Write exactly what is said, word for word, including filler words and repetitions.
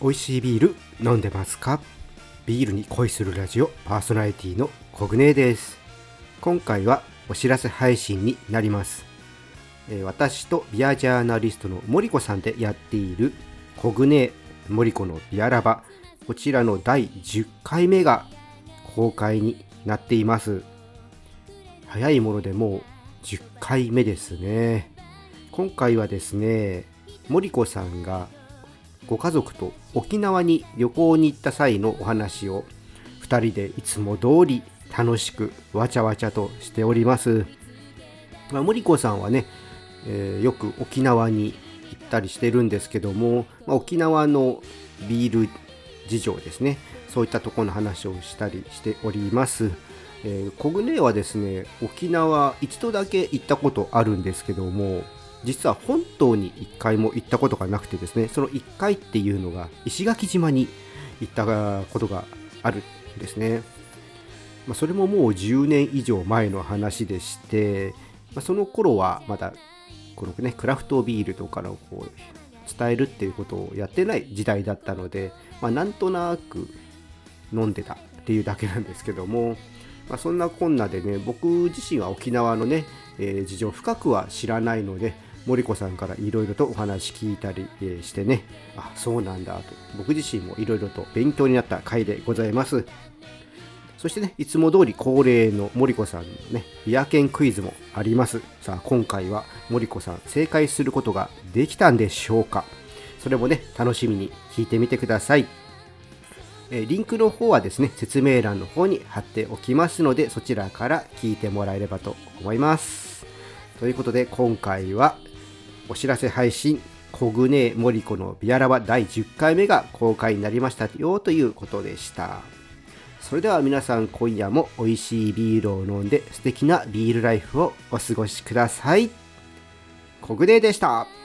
美味しいビール飲んでますか？ビールに恋するラジオパーソナリティのコグネです。今回はお知らせ配信になります。えー、私とビアジャーナリストの森子さんでやっているコグネ森子のビアラバ、こちらのだいじゅっかいめが公開になっています。早いものでもうじゅっかいめですね。今回はですね、森子さんがご家族と沖縄に旅行に行った際のお話をふたりでいつも通り楽しくわちゃわちゃとしております。まあ、森子さんはね、えー、よく沖縄に行ったりしてるんですけども、まあ、沖縄のビール事情ですね、そういったところの話をしたりしております。えー、コグネはですね、沖縄一度だけ行ったことあるんですけども、実は本島にいっかいも行ったことがなくてですね、そのいっかいっていうのが石垣島に行ったことがあるんですね。まあ、それももうじゅうねん以上前の話でして、まあ、その頃はまだこのねクラフトビールとかのこう伝えるっていうことをやってない時代だったので、まあ、なんとなく飲んでたっていうだけなんですけども、まあ、そんなこんなでね、僕自身は沖縄のね、えー、事情深くは知らないので、森子さんからいろいろとお話聞いたりしてね、あ、そうなんだと僕自身もいろいろと勉強になった回でございます。そしてね、いつも通り恒例の森子さんのねビア研クイズもあります。さあ今回は森子さん正解することができたんでしょうか？それもね楽しみに聞いてみてください。えー、リンクの方はですね説明欄の方に貼っておきますので、そちらから聞いてもらえればと思います。ということで今回はお知らせ配信、コグネ森子のビアラバだいじゅっかいめが公開になりましたよということでした。それでは皆さん、今夜も美味しいビールを飲んで素敵なビールライフをお過ごしください。コグネでした。